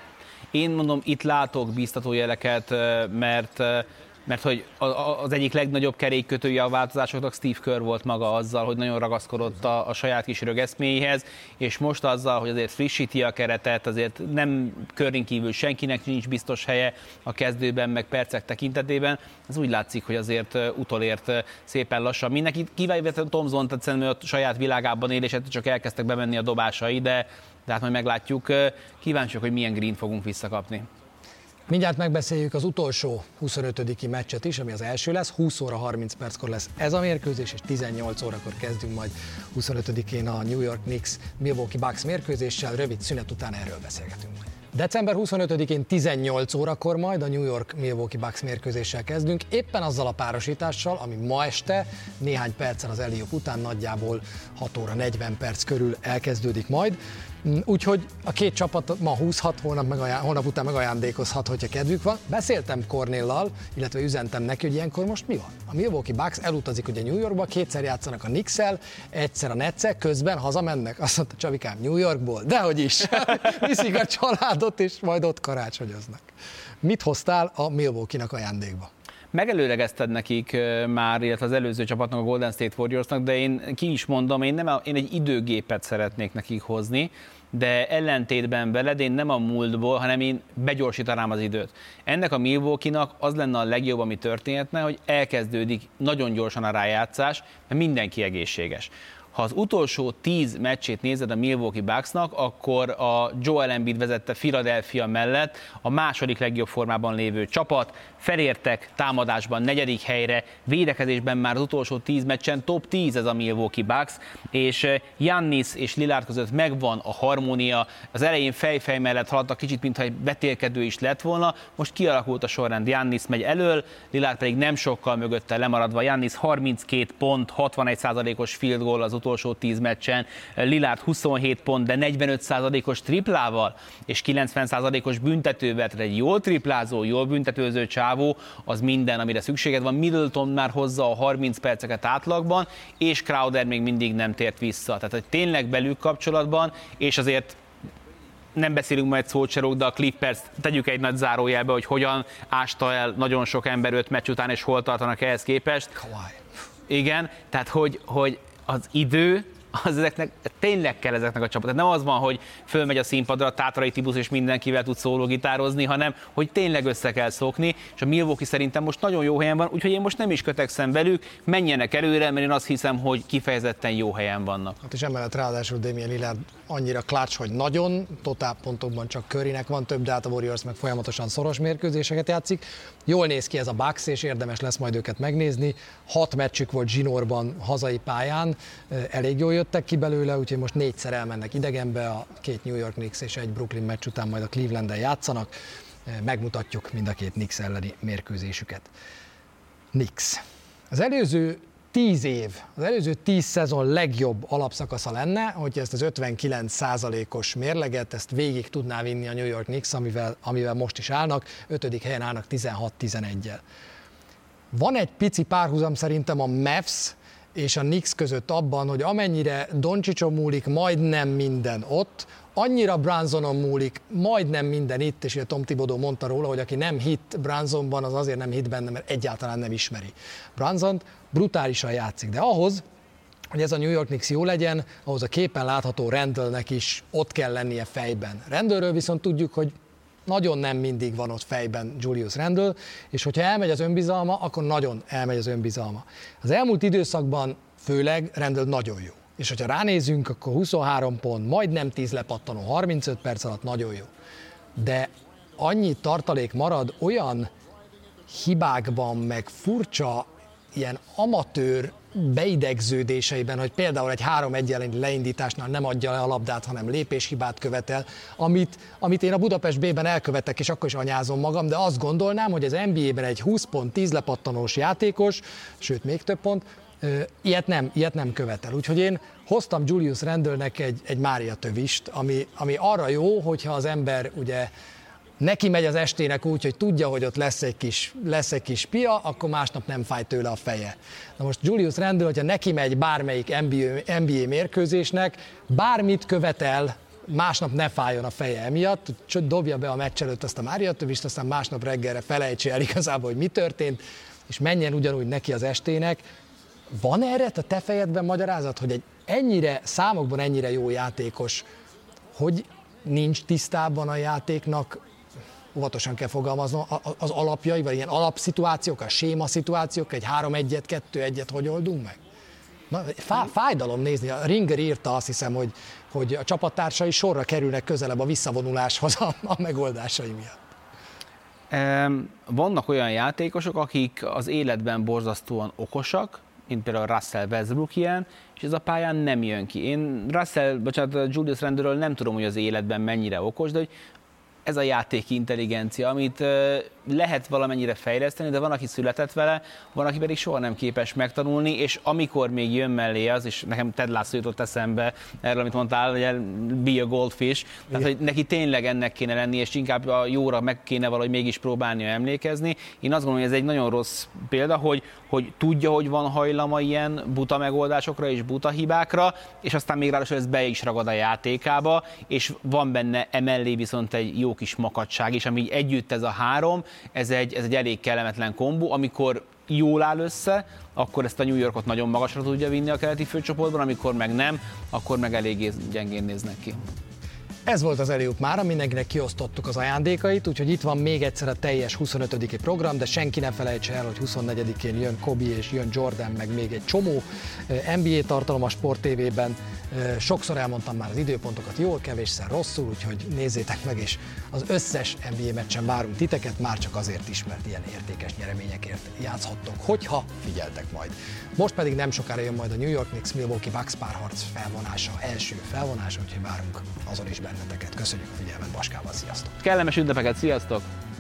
Én mondom, itt látok bíztató jeleket, mert mert hogy az egyik legnagyobb kerékkötője a változásoknak Steve Kerr volt maga azzal, hogy nagyon ragaszkodott a, a saját kis rögeszméjéhez, és most azzal, hogy azért frissíti a keretet, azért nem Kerrin kívül senkinek nincs biztos helye a kezdőben, meg percek tekintetében, ez úgy látszik, hogy azért utolért szépen lassan mindenki. Kivéve Thompson, tehát szerintem a saját világában él, és csak elkezdtek bemenni a dobásai, de, de hát majd meglátjuk. Kíváncsiak, hogy milyen green fogunk visszakapni. Mindjárt megbeszéljük az utolsó huszonötödiki meccset is, ami az első lesz, húsz óra harminc perckor lesz ez a mérkőzés, és tizennyolc órakor kezdünk majd huszonötödikén a New York Knicks Milwaukee Bucks mérkőzéssel, rövid szünet után erről beszélgetünk. december huszonötödikén tizennyolc órakor majd a New York Milwaukee Bucks mérkőzéssel kezdünk, éppen azzal a párosítással, ami ma este, néhány perccel az alley-oop után, nagyjából hat óra negyven perc körül elkezdődik majd. Úgyhogy a két csapat ma húzhat, holnap, megaján, holnap után megajándékozhat, hogyha kedvük van. Beszéltem Kornéllal, illetve üzentem neki, hogy ilyenkor most mi van. A Milwaukee Bucks elutazik ugye New Yorkba, kétszer játszanak a Knicksel, egyszer a Netszel, közben hazamennek. Azt mondta, Csavikám, New Yorkból, dehogy is. Viszik a családot, és majd ott karácsonyoznak. Mit hoztál a Milwaukee-nak ajándékba? Megelőlegezted nekik már, illetve az előző csapatnak, a Golden State Warriorsnak, de én ki is mondom, én, nem a, én egy időgépet szeretnék nekik hozni, de ellentétben veled én nem a múltból, hanem én begyorsítanám az időt. Ennek a Milwaukee-nak az lenne a legjobb, ami történhetne, hogy elkezdődik nagyon gyorsan a rájátszás, mert mindenki egészséges. Ha az utolsó tíz meccsét nézed a Milwaukee Bucksnak, akkor a Joel Embiid vezette Philadelphia mellett a második legjobb formában lévő csapat, felértek támadásban negyedik helyre, védekezésben már az utolsó tíz meccsen top tíz ez a Milwaukee Bucks, és Giannis és Lillard között megvan a harmónia, az elején fejfej mellett haladtak kicsit, mintha egy vetélkedő is lett volna, most kialakult a sorrend, Giannis megy elől, Lillard pedig nem sokkal mögötte lemaradva, Giannis harminckét pont, hatvanegy százalékos field goal az utolsó tíz meccsen, Lillard huszonhét pont, de negyvenöt százalékos triplával és kilencven százalékos büntetővel, tehát egy jól triplázó, jól büntetőző csávó, az minden, amire szükséged van. Middleton már hozza a harminc perceket átlagban, és Crowder még mindig nem tért vissza. Tehát, hogy tényleg belül kapcsolatban, és azért nem beszélünk majd szót se róla, de a Clippers, tegyük egy nagy zárójelbe, hogy hogyan ásta el nagyon sok ember öt meccs után, és hol tartanak ehhez képest. Kawai. Igen, tehát hogy, hogy az idő, az ezeknek, tényleg kell ezeknek a csapatnak. Nem az van, hogy fölmegy a színpadra, Tátrai Tibusz és mindenkivel tud szólógitározni, hanem hogy tényleg össze kell szokni, és a Milwaukee szerintem most nagyon jó helyen van, úgyhogy én most nem is kötekszem velük, menjenek előre, mert én azt hiszem, hogy kifejezetten jó helyen vannak. Hát és emellett ráadásul Damian Lillard annyira clutch, hogy nagyon, totál pontokban csak Currynek van több, de hát a Warriors meg folyamatosan szoros mérkőzéseket játszik. Jól néz ki ez a Bucks, és érdemes lesz majd őket megnézni. Hat meccsük volt zsinórban, hazai pályán, elég jól jöttek ki belőle, úgyhogy most négyszer elmennek idegenbe, a két New York Knicks és egy Brooklyn meccs után majd a Cleveland-en játszanak. Megmutatjuk mind a két Knicks elleni mérkőzésüket. Knicks. Az előző tíz év, az előző tíz szezon legjobb alapszakasza lenne, hogyha ezt az ötvenkilenc százalékos mérleget, ezt végig tudná vinni a New York Knicks, amivel, amivel most is állnak, ötödik helyen állnak tizenhat tizeneggyel. Van egy pici párhuzam szerintem a Mavs és a Knicks között abban, hogy amennyire Doncsichon múlik majdnem minden ott, annyira Brunsonon múlik majdnem minden itt, és ugye Tom Thibodeau mondta róla, hogy aki nem hitt Brunsonban, az azért nem hitt benne, mert egyáltalán nem ismeri Brunsont, brutálisan játszik, de ahhoz, hogy ez a New York Knicks jó legyen, ahhoz a képen látható Randallnek is ott kell lennie fejben. Randallről viszont tudjuk, hogy nagyon nem mindig van ott fejben Julius Randle, és hogyha elmegy az önbizalma, akkor nagyon elmegy az önbizalma. Az elmúlt időszakban főleg Randle nagyon jó. És hogyha ránézünk, akkor huszonhárom pont, majdnem tíz lepattanó, harmincöt perc alatt nagyon jó. De annyi tartalék marad olyan hibákban, meg furcsa, ilyen amatőr beidegződéseiben, hogy például egy három egy elleni leindításnál nem adja le a labdát, hanem lépéshibát követel, amit, amit én a Budapest B-ben elkövetek, és akkor is anyázom magam, de azt gondolnám, hogy az en bé á-ben egy húsz pont, tíz lepattanós játékos, sőt még több pont, ilyet nem, ilyet nem követel. Úgyhogy én hoztam Julius Randle-nek egy, egy Mária tövist, ami, ami arra jó, hogyha az ember ugye neki megy az estének úgy, hogy tudja, hogy ott lesz egy kis, lesz egy kis pia, akkor másnap nem fáj tőle a feje. Na most Julius Randle, hogyha neki megy bármelyik en bé á, en bé á mérkőzésnek, bármit követel másnap ne fájjon a feje emiatt, hogy dobja be a meccs előtt azt a Mária tövist, aztán másnap reggelre felejtse el igazából, hogy mi történt, és menjen ugyanúgy neki az estének. Van erre a te fejedben magyarázat, hogy egy ennyire, számokban ennyire jó játékos, hogy nincs tisztában a játéknak, óvatosan kell fogalmaznom, az alapjai, vagy ilyen alapszituációk, a séma szituációk, egy három egyet, kettő egyet hogy oldunk meg? Na, fájdalom nézni, a Ringer írta, azt hiszem, hogy, hogy a csapattársai sorra kerülnek közelebb a visszavonuláshoz a, a megoldásai miatt. Vannak olyan játékosok, akik az életben borzasztóan okosak, mint például Russell Westbrook ilyen, és ez a pályán nem jön ki. Én Russell, bocsánat, Julius Randleről nem tudom, hogy az életben mennyire okos, de hogy ez a játéki intelligencia, amit lehet valamennyire fejleszteni, de van, aki született vele, van, aki pedig soha nem képes megtanulni, és amikor még jön mellé az, és nekem Ted Lasso jutott eszembe erről, amit mondtál, hogy be a goldfish, tehát hogy neki tényleg ennek kéne lenni, és inkább a jóra meg kéne valahogy mégis próbálnia emlékezni. Én azt gondolom, hogy ez egy nagyon rossz példa, hogy, hogy tudja, hogy van hajlama ilyen buta megoldásokra és buta hibákra, és aztán még ráadásul ez be is ragad a játékába, és van benne emellé viszont egy jó kis makacság is, ami együtt ez a három, ez egy, ez egy elég kellemetlen kombó, amikor jól áll össze, akkor ezt a New Yorkot nagyon magasra tudja vinni a keleti főcsoportban, amikor meg nem, akkor meg eléggé gyengén néznek ki. Ez volt az Alley-oop mára, mindenkinek kiosztottuk az ajándékait, úgyhogy itt van még egyszer a teljes huszonötödik program, de senki nem felejtse el, hogy huszonnegyedikén jön Kobe és jön Jordan, meg még egy csomó en bé á tartalom a Sport té vében. Sokszor elmondtam már az időpontokat, jól, kevésszer rosszul, úgyhogy nézzétek meg, és az összes en bé á meccsen várunk titeket, már csak azért is, mert ilyen értékes nyereményekért játszhattok, hogyha figyeltek majd. Most pedig nem sokára jön majd a New York Knicks Milwaukee Bucks párharc felvonása, első felvonása, úgyhogy várunk azon is benneteket. Köszönjük a figyelmet, Baskával, sziasztok! Kellemes ünnepeket, sziasztok!